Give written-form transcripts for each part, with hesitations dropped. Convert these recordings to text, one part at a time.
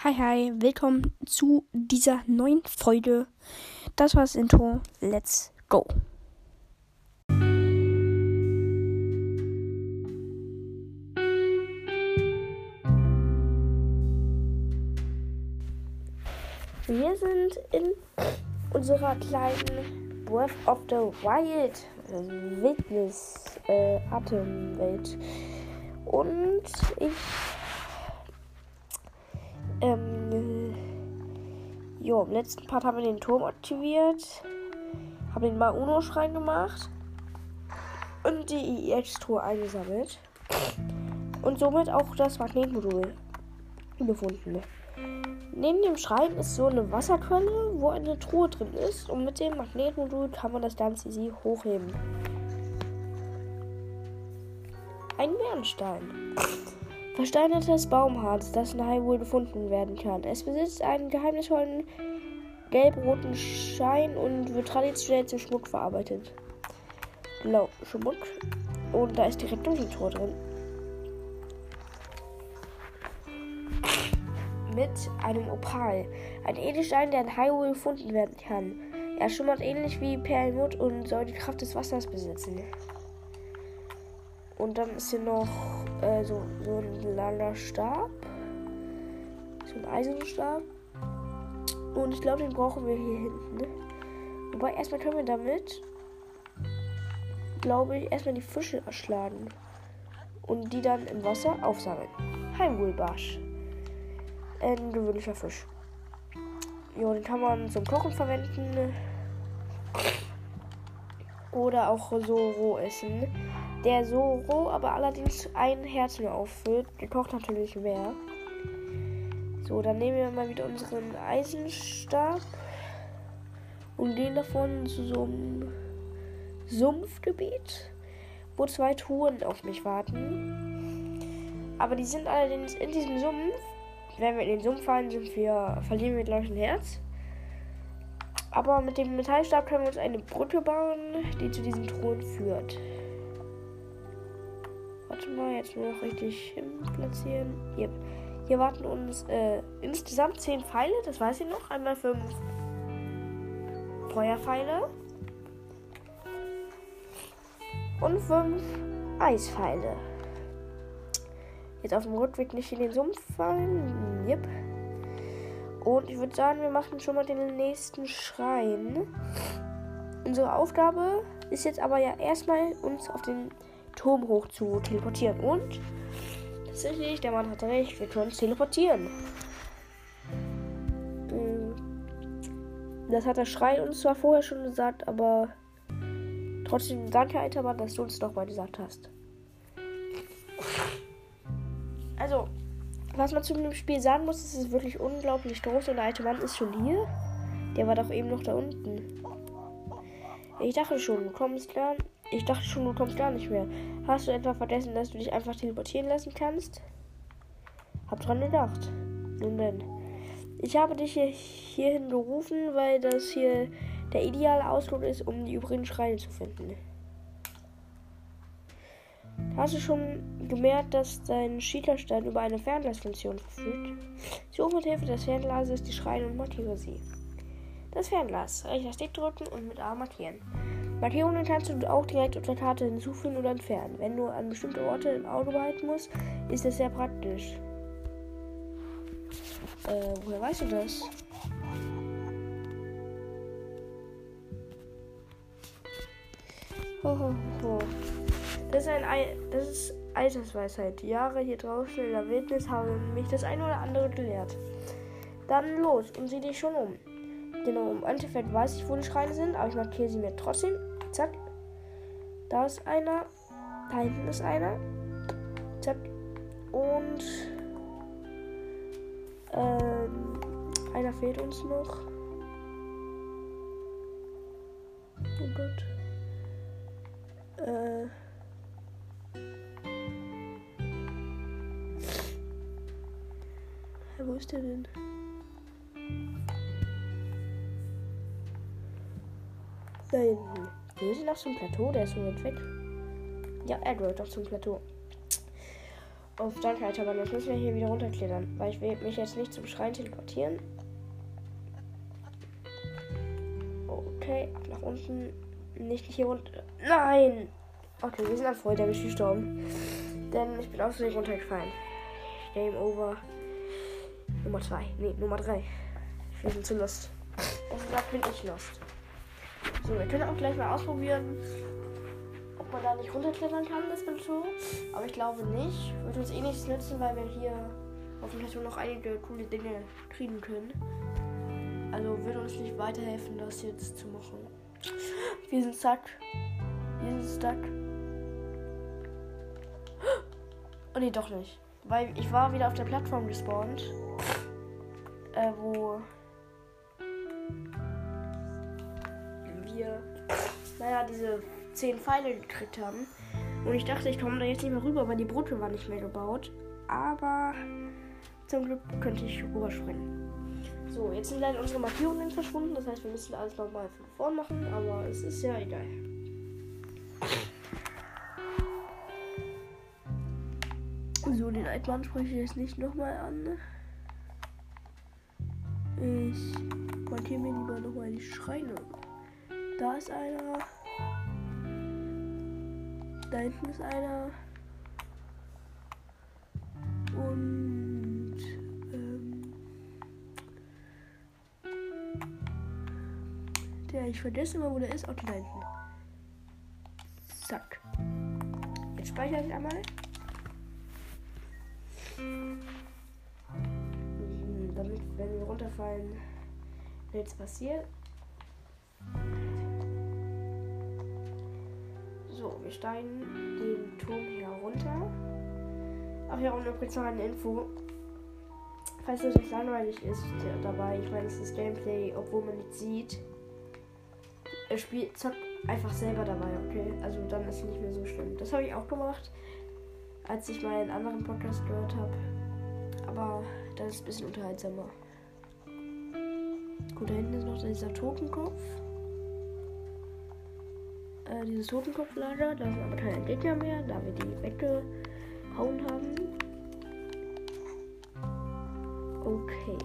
Hi, hi, willkommen zu dieser neuen Folge. Das war das Intro. Let's go. Wir sind in unserer kleinen Breath of the Wild Wildnis Atemwelt. Und ich im letzten Part haben wir den Turm aktiviert, haben den Mauno-Schrein gemacht und die IX-Truhe eingesammelt und somit auch das Magnetmodul gefunden. Neben dem Schrein ist so eine Wasserquelle, wo eine Truhe drin ist, und mit dem Magnetmodul kann man das Ganze easy hochheben. Ein Bernstein. Versteinertes Baumharz, das in Hyrule gefunden werden kann. Es besitzt einen geheimnisvollen gelb-roten Schein und wird traditionell zum Schmuck verarbeitet. Blau Schmuck. Und da ist direkt noch die Truhe drin. Mit einem Opal. Ein Edelstein, der in Hyrule gefunden werden kann. Er schimmert ähnlich wie Perlmutt und soll die Kraft des Wassers besitzen. Und dann ist hier noch so ein langer Stab. So ein Eisenstab. Und ich glaube, den brauchen wir hier hinten. Ne? Wobei, erstmal können wir damit, glaube ich, erstmal die Fische erschlagen. Und die dann im Wasser aufsammeln. Hyrule-Barsch. Ein gewöhnlicher Fisch. Jo, den kann man zum Kochen verwenden. Oder auch so roh essen. Der so roh, aber allerdings ein Herz nur auffüllt. Der kocht natürlich mehr. So, dann nehmen wir mal wieder unseren Eisenstab und gehen davon zu so einem Sumpfgebiet, wo 2 Truhen auf mich warten. Aber die sind allerdings in diesem Sumpf. Wenn wir in den Sumpf fallen, verlieren wir, glaube ich, ein Herz. Aber mit dem Metallstab können wir uns eine Brücke bauen, die zu diesen Truhen führt. Warte mal, jetzt nur noch richtig hin platzieren. Hier warten uns insgesamt 10 Pfeile, das weiß ich noch. Einmal 5 Feuerpfeile und 5 Eispfeile. Jetzt auf dem Rückweg nicht in den Sumpf fallen. Yep. Und ich würde sagen, wir machen schon mal den nächsten Schrein. Unsere Aufgabe ist jetzt aber ja erstmal, uns auf den Turm hoch zu teleportieren. Und tatsächlich, der Mann hatte recht, wir können uns teleportieren. Das hat der Schrein uns zwar vorher schon gesagt, aber trotzdem danke, alter Mann, dass du uns doch mal gesagt hast. Also, was man zu dem Spiel sagen muss, ist, es ist wirklich unglaublich groß und der alte Mann ist schon hier. Der war doch eben noch da unten. Ich dachte schon, du kommst gar nicht mehr. Hast du etwa vergessen, dass du dich einfach teleportieren lassen kannst? Hab dran gedacht. Nun denn. Ich habe dich hierhin gerufen, weil das hier der ideale Ausflug ist, um die übrigen Schreine zu finden. Hast du schon gemerkt, dass dein Schieterstein über eine Fernglasfunktion verfügt? Suche mit Hilfe des Fernglases die Schreine und markiere sie. Das Fernglas. Rechter Stick drücken und mit A markieren. Markierungen kannst du auch direkt auf der Karte hinzufügen oder entfernen. Wenn du an bestimmte Orte im Auge behalten musst, ist das sehr praktisch. Woher weißt du das? Das ist Altersweisheit. Die Jahre hier draußen in der Wildnis haben mich das eine oder andere gelehrt. Dann los und sieh dich schon um. Genau, im Endeffekt weiß ich, wo die Schreine sind, aber ich markiere sie mir trotzdem. Zack. Da ist einer. Da hinten ist einer. Zack. Und einer fehlt uns noch. Oh Gott. Wo ist der denn? Da hinten. Wo ist er noch zum Plateau? Der ist so weit weg. Ja, er gehört doch zum Plateau. Auf danke, Alter, Mann. Jetzt müssen wir hier wieder runterklettern. Weil ich will mich jetzt nicht zum Schrein teleportieren. Okay, ab nach unten. Nicht hier runter. Nein! Okay, wir sind am Volldampf gestorben. Denn ich bin aus Versehen runtergefallen. Game over. Nummer 2. Nee, Nummer 3. Wir sind zu lost. Also gesagt bin ich lost. So, wir können auch gleich mal ausprobieren, ob man da nicht runterklettern kann, das Plateau. Aber ich glaube nicht. Wird uns eh nichts nützen, weil wir hier auf dem Plateau noch einige coole Dinge kriegen können. Also wird uns nicht weiterhelfen, das jetzt zu machen. Wir sind stuck. Wir sind stuck. Oh ne, doch nicht. Weil ich war wieder auf der Plattform gespawnt. Wo wir, diese 10 Pfeile gekriegt haben. Und ich dachte, ich komme da jetzt nicht mehr rüber, weil die Brücke war nicht mehr gebaut. Aber zum Glück könnte ich rüberspringen. So, jetzt sind leider unsere Markierungen verschwunden. Das heißt, wir müssen alles nochmal von vorn machen. Aber es ist ja egal. So, den Altmann spreche ich jetzt nicht nochmal an. Ich markiere mir lieber nochmal die Schreine. Da ist einer. Da hinten ist einer. Und ich vergesse immer, wo der ist. Okay, da hinten. Zack. Jetzt speichere ich einmal. Damit, wenn wir runterfallen, nichts passiert. So, wir steigen den Turm herunter. Ach ja, und übrigens noch eine Info. Falls es euch langweilig ist dabei, ich meine, es ist Gameplay, obwohl man nichts sieht. Zockt einfach selber dabei, okay? Also dann ist es nicht mehr so schlimm. Das habe ich auch gemacht, als ich meinen anderen Podcast gehört habe. Aber das ist ein bisschen unterhaltsamer. Gut, da hinten ist noch dieser Totenkopf. Dieses Totenkopflager. Da sind aber keine Gegner mehr, da wir die weggehauen haben. Okay.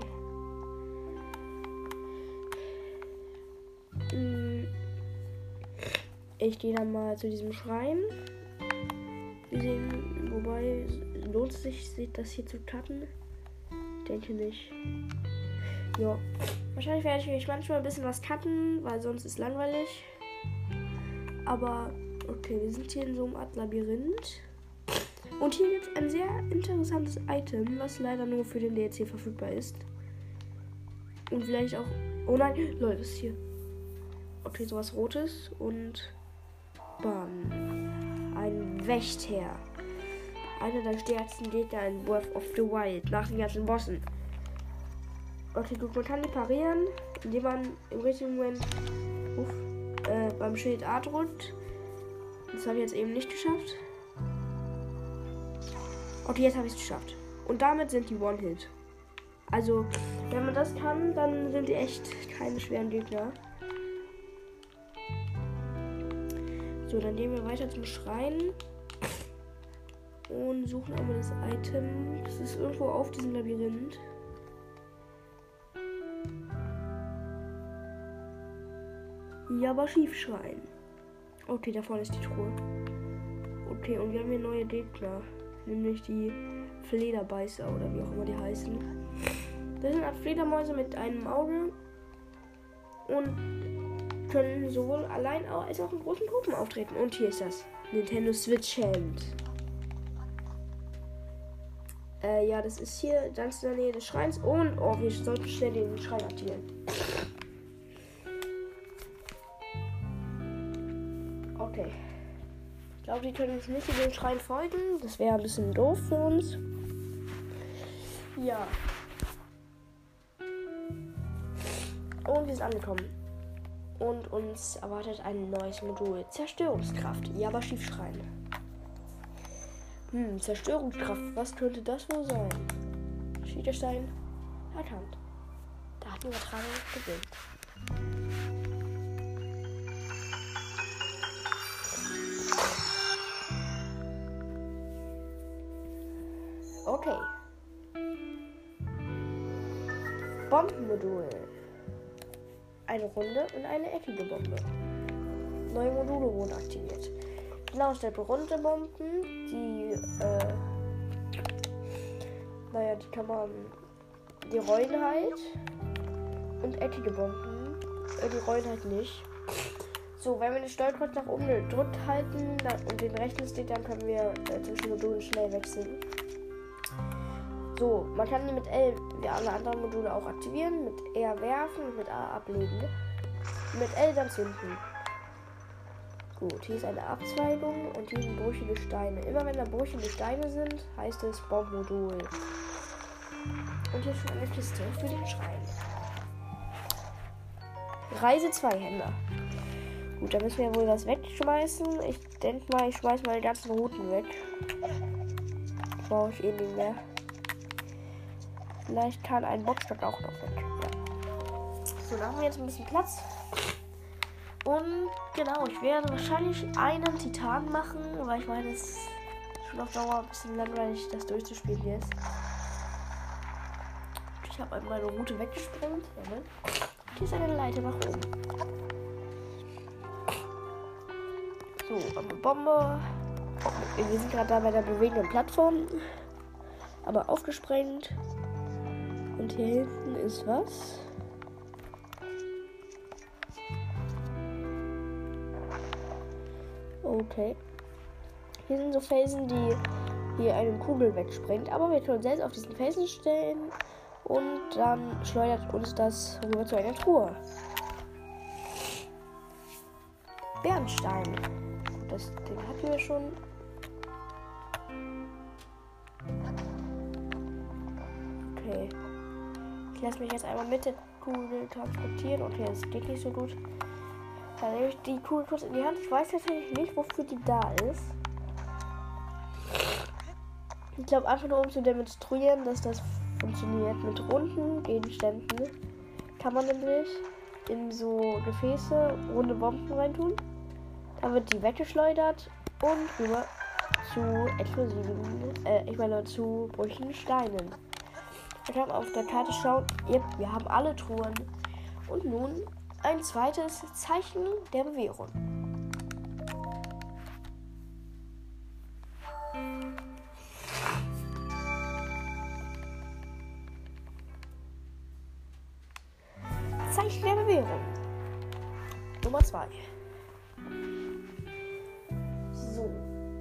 Ich gehe dann mal zu diesem Schrein. Wir sehen, wobei lohnt es sich das hier zu cutten? Denke nicht. Ja. Wahrscheinlich werde ich euch manchmal ein bisschen was cutten, weil sonst ist langweilig. Aber okay, wir sind hier in so einem Art Labyrinth. Und hier gibt es ein sehr interessantes Item, was leider nur für den DLC verfügbar ist. Und vielleicht auch... Oh nein, Leute, ist hier. Okay, sowas Rotes und... Bam. Ein Wächter. Einer der stärksten Gegner in Breath of the Wild. Nach den ganzen Bossen. Okay, gut, man kann die parieren, indem man im richtigen Moment beim Schild A drückt. Das habe ich jetzt eben nicht geschafft. Okay, jetzt habe ich es geschafft. Und damit sind die One-Hit. Also, wenn man das kann, dann sind die echt keine schweren Gegner. So, dann gehen wir weiter zum Schrein. Und suchen einmal das Item. Das ist irgendwo auf diesem Labyrinth. Yabashiv-Schrein. Okay, da vorne ist die Truhe. Okay, und wir haben hier neue Gegner. Nämlich die Flederbeißer oder wie auch immer die heißen. Das sind Fledermäuse mit einem Auge. Und können sowohl allein als auch in großen Gruppen auftreten. Und hier ist das Nintendo Switch Hand. Ja, das ist hier ganz in der Nähe des Schreins. Und, wir sollten schnell den Schrein aktivieren. Okay. Ich glaube, die können uns nicht in den Schrein folgen. Das wäre ein bisschen doof für uns. Ja. Und wir sind angekommen. Und uns erwartet ein neues Modul. Zerstörungskraft. Yabashiv-Schrein. Zerstörungskraft. Was könnte das wohl sein? Schiederstein erkannt. Datenübertragung gewinnt. Okay. Bombenmodul. Eine runde und eine eckige Bombe. Neue Module wurden aktiviert. Genau, statt runde Bomben, die die kann man, die rollen halt. Und eckige Bomben, die rollen halt nicht. So, wenn wir den Steuerkreuz nach oben gedrückt halten und den rechten Stick, dann können wir zwischen Modulen schnell wechseln. So, man kann die mit L wie alle anderen Module auch aktivieren, mit R werfen und mit A ablegen. Mit L dann zünden. Gut, hier ist eine Abzweigung und hier sind brüchige Steine. Immer wenn da brüchige Steine sind, heißt es Bombenmodul. Und hier ist schon eine Kiste für den Schrein. Reise Zweihänder. Gut, da müssen wir wohl was wegschmeißen. Ich denke mal, ich schmeiße meine ganzen Routen weg. Brauche ich eh nicht mehr. Vielleicht kann ein Boxstock auch noch weg. Ja. So, da haben wir jetzt ein bisschen Platz. Und genau, ich werde wahrscheinlich einen Titan machen, weil ich meine, es ist schon auf Dauer ein bisschen langweilig, das durchzuspielen jetzt. Ich habe meine Route weggesprengt. Hier ist eine Leiter nach oben. So, eine Bombe. Wir sind gerade da bei der bewegenden Plattform. Aber aufgesprengt. Und hier hinten ist was. Okay. Hier sind so Felsen, die hier eine Kugel wegsprengt. Aber wir können selbst auf diesen Felsen stellen. Und dann schleudert uns das rüber zu einer Truhe. Bernstein. Den hatten wir schon. Okay. Ich lasse mich jetzt einmal mit der Kugel transportieren. Okay, das geht nicht so gut. Dann nehme ich die Kugel kurz in die Hand. Ich weiß tatsächlich nicht, wofür die da ist. Ich glaube einfach nur, um zu demonstrieren, dass das funktioniert. Mit runden Gegenständen kann man nämlich in so Gefäße runde Bomben reintun. Da wird die weggeschleudert und rüber zu explosiven, zu brüchigen Steinen. Wir können auf der Karte schauen. Yep, wir haben alle Truhen. Und nun ein zweites Zeichen der Bewährung. Zeichen der Bewährung. Nummer 2. So.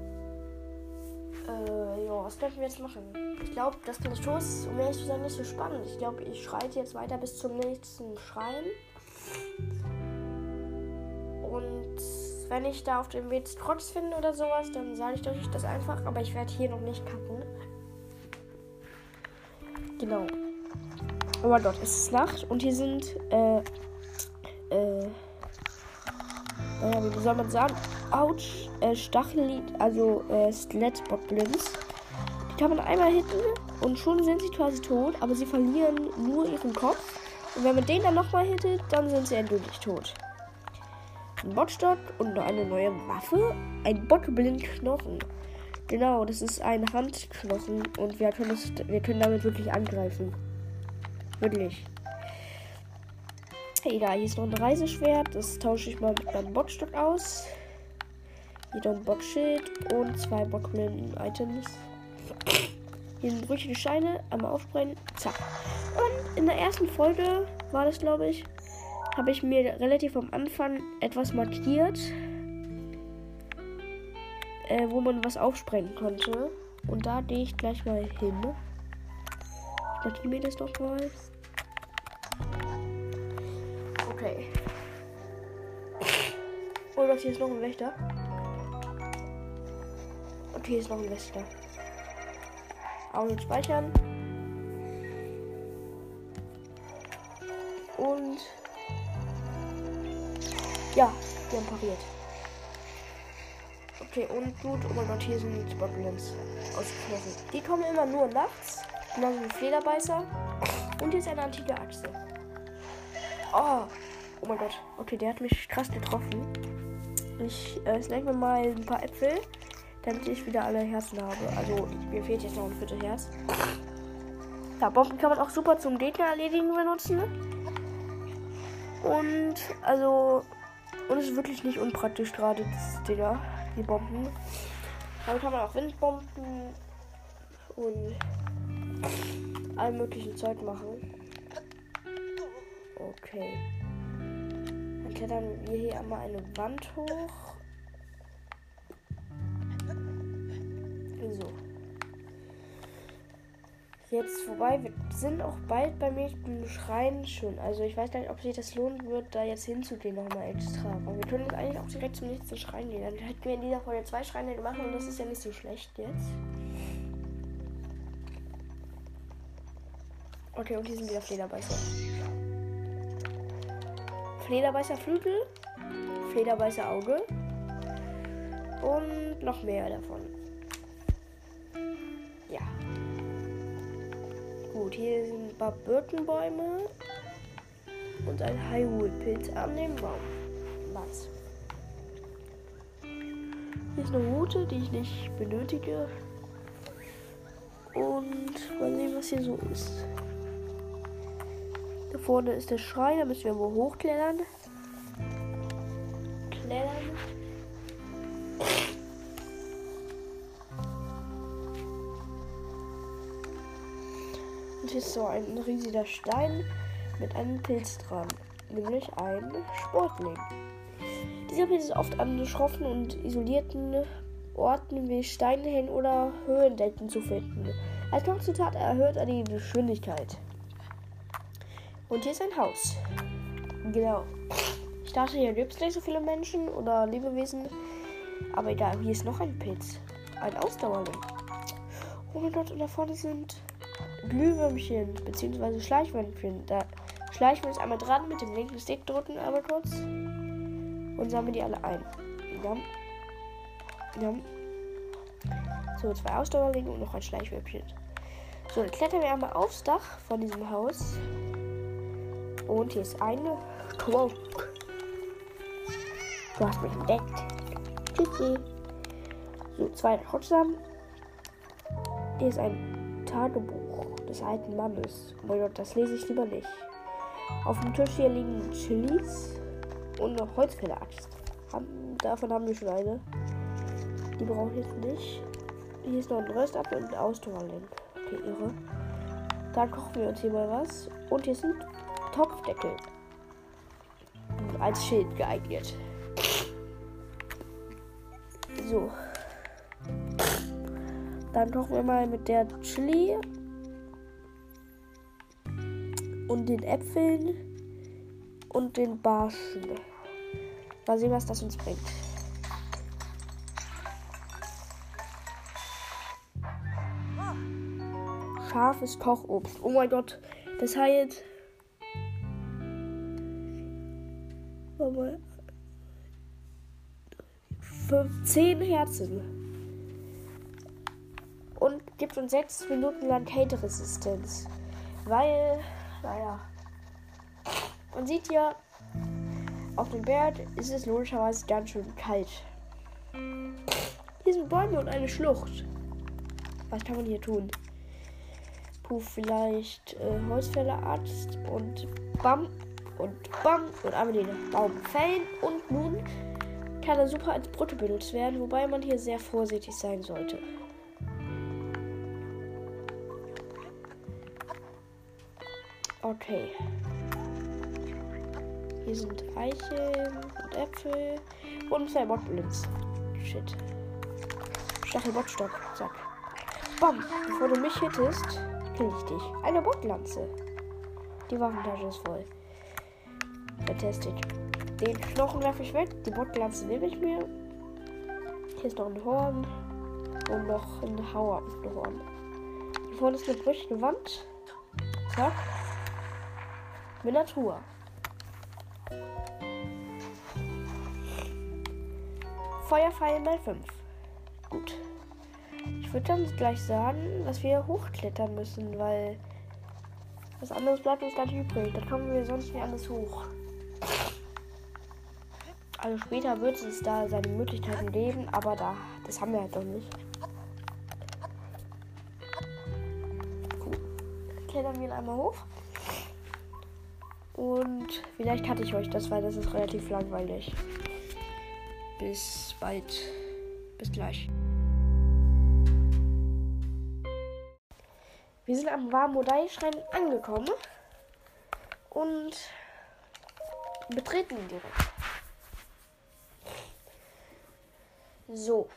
Was könnten wir jetzt machen? Ich glaube, das Show ist, um ehrlich zu sein, nicht so spannend. Ich glaube, ich schreite jetzt weiter bis zum nächsten Schrein. Und wenn ich da auf dem Weg Trotz finde oder sowas, dann sage ich euch das einfach. Aber ich werde hier noch nicht cutten. Genau. Oh mein Gott, es ist Nacht und hier sind, wie soll man sagen? Stachel, also Skelet-Bockblins. Die kann man einmal hitten und schon sind sie quasi tot, aber sie verlieren nur ihren Kopf. Und wenn man den dann nochmal hittet, dann sind sie endgültig tot. Ein Botstock und noch eine neue Waffe. Ein Bockblind-Knochen. Genau, das ist ein Handknochen und wir können damit wirklich angreifen. Wirklich. Egal, hier ist noch ein Reiseschwert. Das tausche ich mal mit meinem Botstock aus. Hier noch ein Botschild und 2 Bockblind-Items. Hier sind brüchige Steine. Einmal aufbrennen. Zack. Und in der ersten Folge war das, glaube ich, habe ich mir relativ am Anfang etwas markiert, wo man was aufsprengen konnte. Und da gehe ich gleich mal hin. Ich markiere mir das doch mal. Okay. Oh Gott, hier ist noch ein Wächter. Okay, hier ist noch ein Wächter. Augen speichern. Und ja, wir haben pariert. Okay, und gut. Oh mein Gott, hier sind die Bockblins aus Knochen. Die kommen immer nur nachts. Genauso wie Flederbeißer. Und hier ist eine antike Achse. Oh mein Gott. Okay, der hat mich krass getroffen. Ich snack mir mal ein paar Äpfel. damit ich wieder alle Herzen habe. Also mir fehlt jetzt noch ein viertes Herz. Ja, Bomben kann man auch super zum Gegner erledigen benutzen. Und es ist wirklich nicht unpraktisch gerade das Dinger, die Bomben. Damit kann man auch Windbomben und all möglichen Zeug machen. Okay. Dann klettern wir hier einmal eine Wand hoch. So. Jetzt vorbei. Wir sind auch bald bei mir im Schrein schon. Also ich weiß gar nicht, ob sich das lohnen wird, da jetzt hinzugehen nochmal extra. Aber wir können eigentlich auch direkt zum nächsten Schrein gehen. Dann hätten wir in dieser Folge 2 Schreine gemacht und das ist ja nicht so schlecht jetzt. Okay, und hier sind wieder Flederbeißer. Flederbeißer Flügel, Flederbeißer Auge und noch mehr davon. Ja. Gut, hier sind ein paar Birkenbäume und ein Highwood-Pilz an dem Baum. Was? Hier ist eine Route, die ich nicht benötige. Und mal sehen, was hier so ist. Da vorne ist der Schrein, da müssen wir wohl hochklettern. Und hier ist so ein riesiger Stein mit einem Pilz dran, nämlich ein Sportling. Dieser Pilz ist oft an schroffen und isolierten Orten wie Steinhängen oder Höhendecken zu finden. Als Kochzutat erhöht er die Geschwindigkeit. Und hier ist ein Haus. Genau. Ich dachte, hier gibt es nicht so viele Menschen oder Lebewesen. Aber egal, hier ist noch ein Pilz. Ein Ausdauerling. Oh mein Gott, und da vorne sind Glühwürmchen bzw. Schleichwürmchen. Da schleichen wir uns einmal dran, mit dem linken Stick drücken einmal kurz. Und sammeln die alle ein. Jam. Jam. So, 2 Ausdauerlinge und noch ein Schleichwürmchen. So, dann klettern wir einmal aufs Dach von diesem Haus. Und hier ist eine Quote. Du hast mich entdeckt. Tschüssi. So, 2 Hotsamen. Hier ist ein Tagebuch des alten Mannes. Oh mein Gott, das lese ich lieber nicht. Auf dem Tisch hier liegen Chilis und eine Holzfäller-Axt. Davon haben wir schon eine. Die brauche ich jetzt nicht. Hier ist noch ein Röstapfel und ein Ausdauerling. Okay, irre. Dann kochen wir uns hier mal was. Und hier sind Topfdeckel. Als Schild geeignet. So. Dann kochen wir mal mit der Chili und den Äpfeln und den Barschen. Mal sehen, was das uns bringt. Scharfes Kochobst. Oh mein Gott. Das heilt. 10 Herzen. Und gibt uns 6 Minuten lang Kälteresistenz. Weil, naja. Man sieht ja, auf dem Berg ist es logischerweise ganz schön kalt. Hier sind Bäume und eine Schlucht. Was kann man hier tun? Puh, vielleicht Holzfäller-Axt und Bam und einmal den Baum fällen. Und nun kann er super als Brücke benutzt werden, wobei man hier sehr vorsichtig sein sollte. Okay. Hier sind Eicheln und Äpfel und 2 Bottblins. Shit. Stachelbottstock. Zack. Bam. Bevor du mich hittest, kill ich dich. Eine Bottlanze. Die Waffentasche ist voll. Fantastic. Den Knochen werfe ich weg. Die Bottlanze nehme ich mir. Hier ist noch ein Horn. Und noch ein Hauer mit einem Horn. Hier vorne ist eine brüchige Wand. Zack. Miniatur. Feuerpfeil mal 5. Gut. Ich würde dann gleich sagen, dass wir hochklettern müssen, weil was anderes bleibt uns gar nicht übrig. Da kommen wir sonst nicht alles hoch. Also später wird es da seine Möglichkeiten geben, aber das haben wir halt noch nicht. Gut. Klettern wir einmal hoch. Und vielleicht hatte ich euch das, weil das ist relativ langweilig. Bis bald. Bis gleich. Wir sind am Wa-Modai-Schrein angekommen und betreten ihn direkt. So.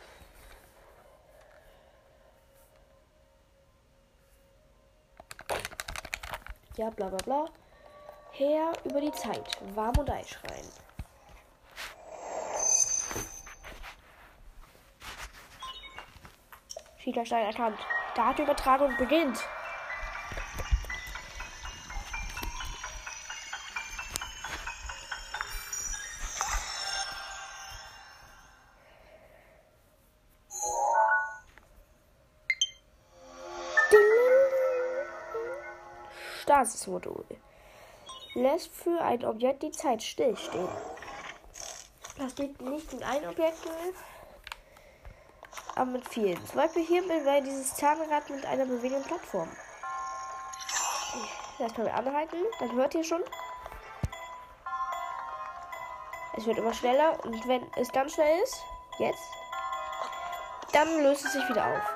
Ja, bla bla bla. Her über die Zeit. Wa-Modai-Schrein. Schielerstein erkannt. Datenübertragung beginnt. Stasis-Modul. Lässt für ein Objekt die Zeit stillstehen. Das liegt nicht in allen Objekten, aber mit vielen. Zum Beispiel hier bei dieses Zahnrad mit einer bewegenden Plattform. Das können wir anhalten. Dann hört ihr schon. Es wird immer schneller und wenn es ganz schnell ist, jetzt, dann löst es sich wieder auf.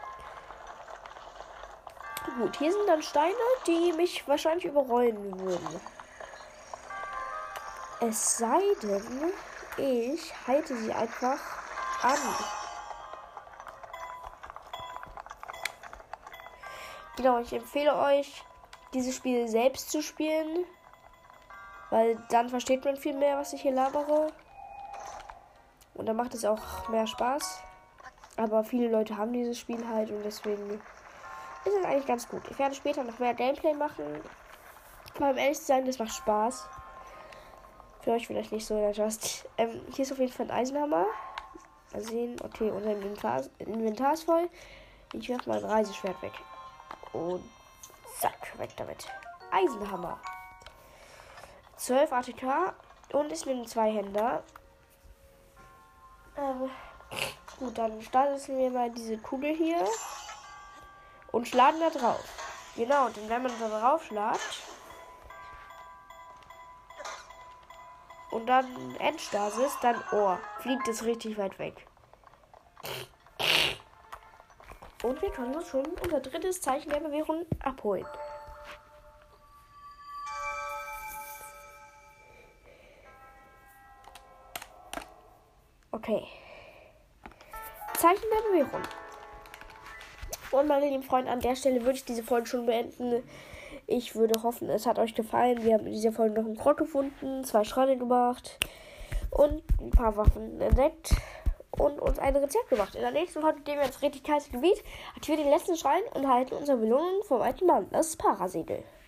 Gut, hier sind dann Steine, die mich wahrscheinlich überrollen würden. Es sei denn, ich halte sie einfach an. Genau, ich empfehle euch, dieses Spiel selbst zu spielen, weil dann versteht man viel mehr, was ich hier labere. Und dann macht es auch mehr Spaß. Aber viele Leute haben dieses Spiel halt und deswegen ist es eigentlich ganz gut. Ich werde später noch mehr Gameplay machen. Aber um ehrlich zu sein, das macht Spaß. Für euch vielleicht nicht so. Hier ist auf jeden Fall ein Eisenhammer. Mal sehen. Okay, unser Inventar ist voll. Ich werfe mal ein Reiseschwert weg. Und zack, weg damit. Eisenhammer. 12 ATK. Und ich nehme 2 Händer. Gut, dann starten wir mal diese Kugel hier. Und schlagen da drauf. Genau, und wenn man da drauf schlagt und dann Endstasis, dann fliegt es richtig weit weg. Und wir können uns schon unser drittes Zeichen der Bewährung abholen. Okay. Zeichen der Bewährung. Und meine lieben Freunde, an der Stelle würde ich diese Folge schon beenden. Ich würde hoffen, es hat euch gefallen. Wir haben in dieser Folge noch einen Krog gefunden, 2 Schreine gemacht und ein paar Waffen entdeckt und uns ein Rezept gemacht. In der nächsten Folge gehen wir ins richtig kaltes Gebiet, aktivieren den letzten Schrein und halten unsere Belohnung vom alten Mann, das Parasegel.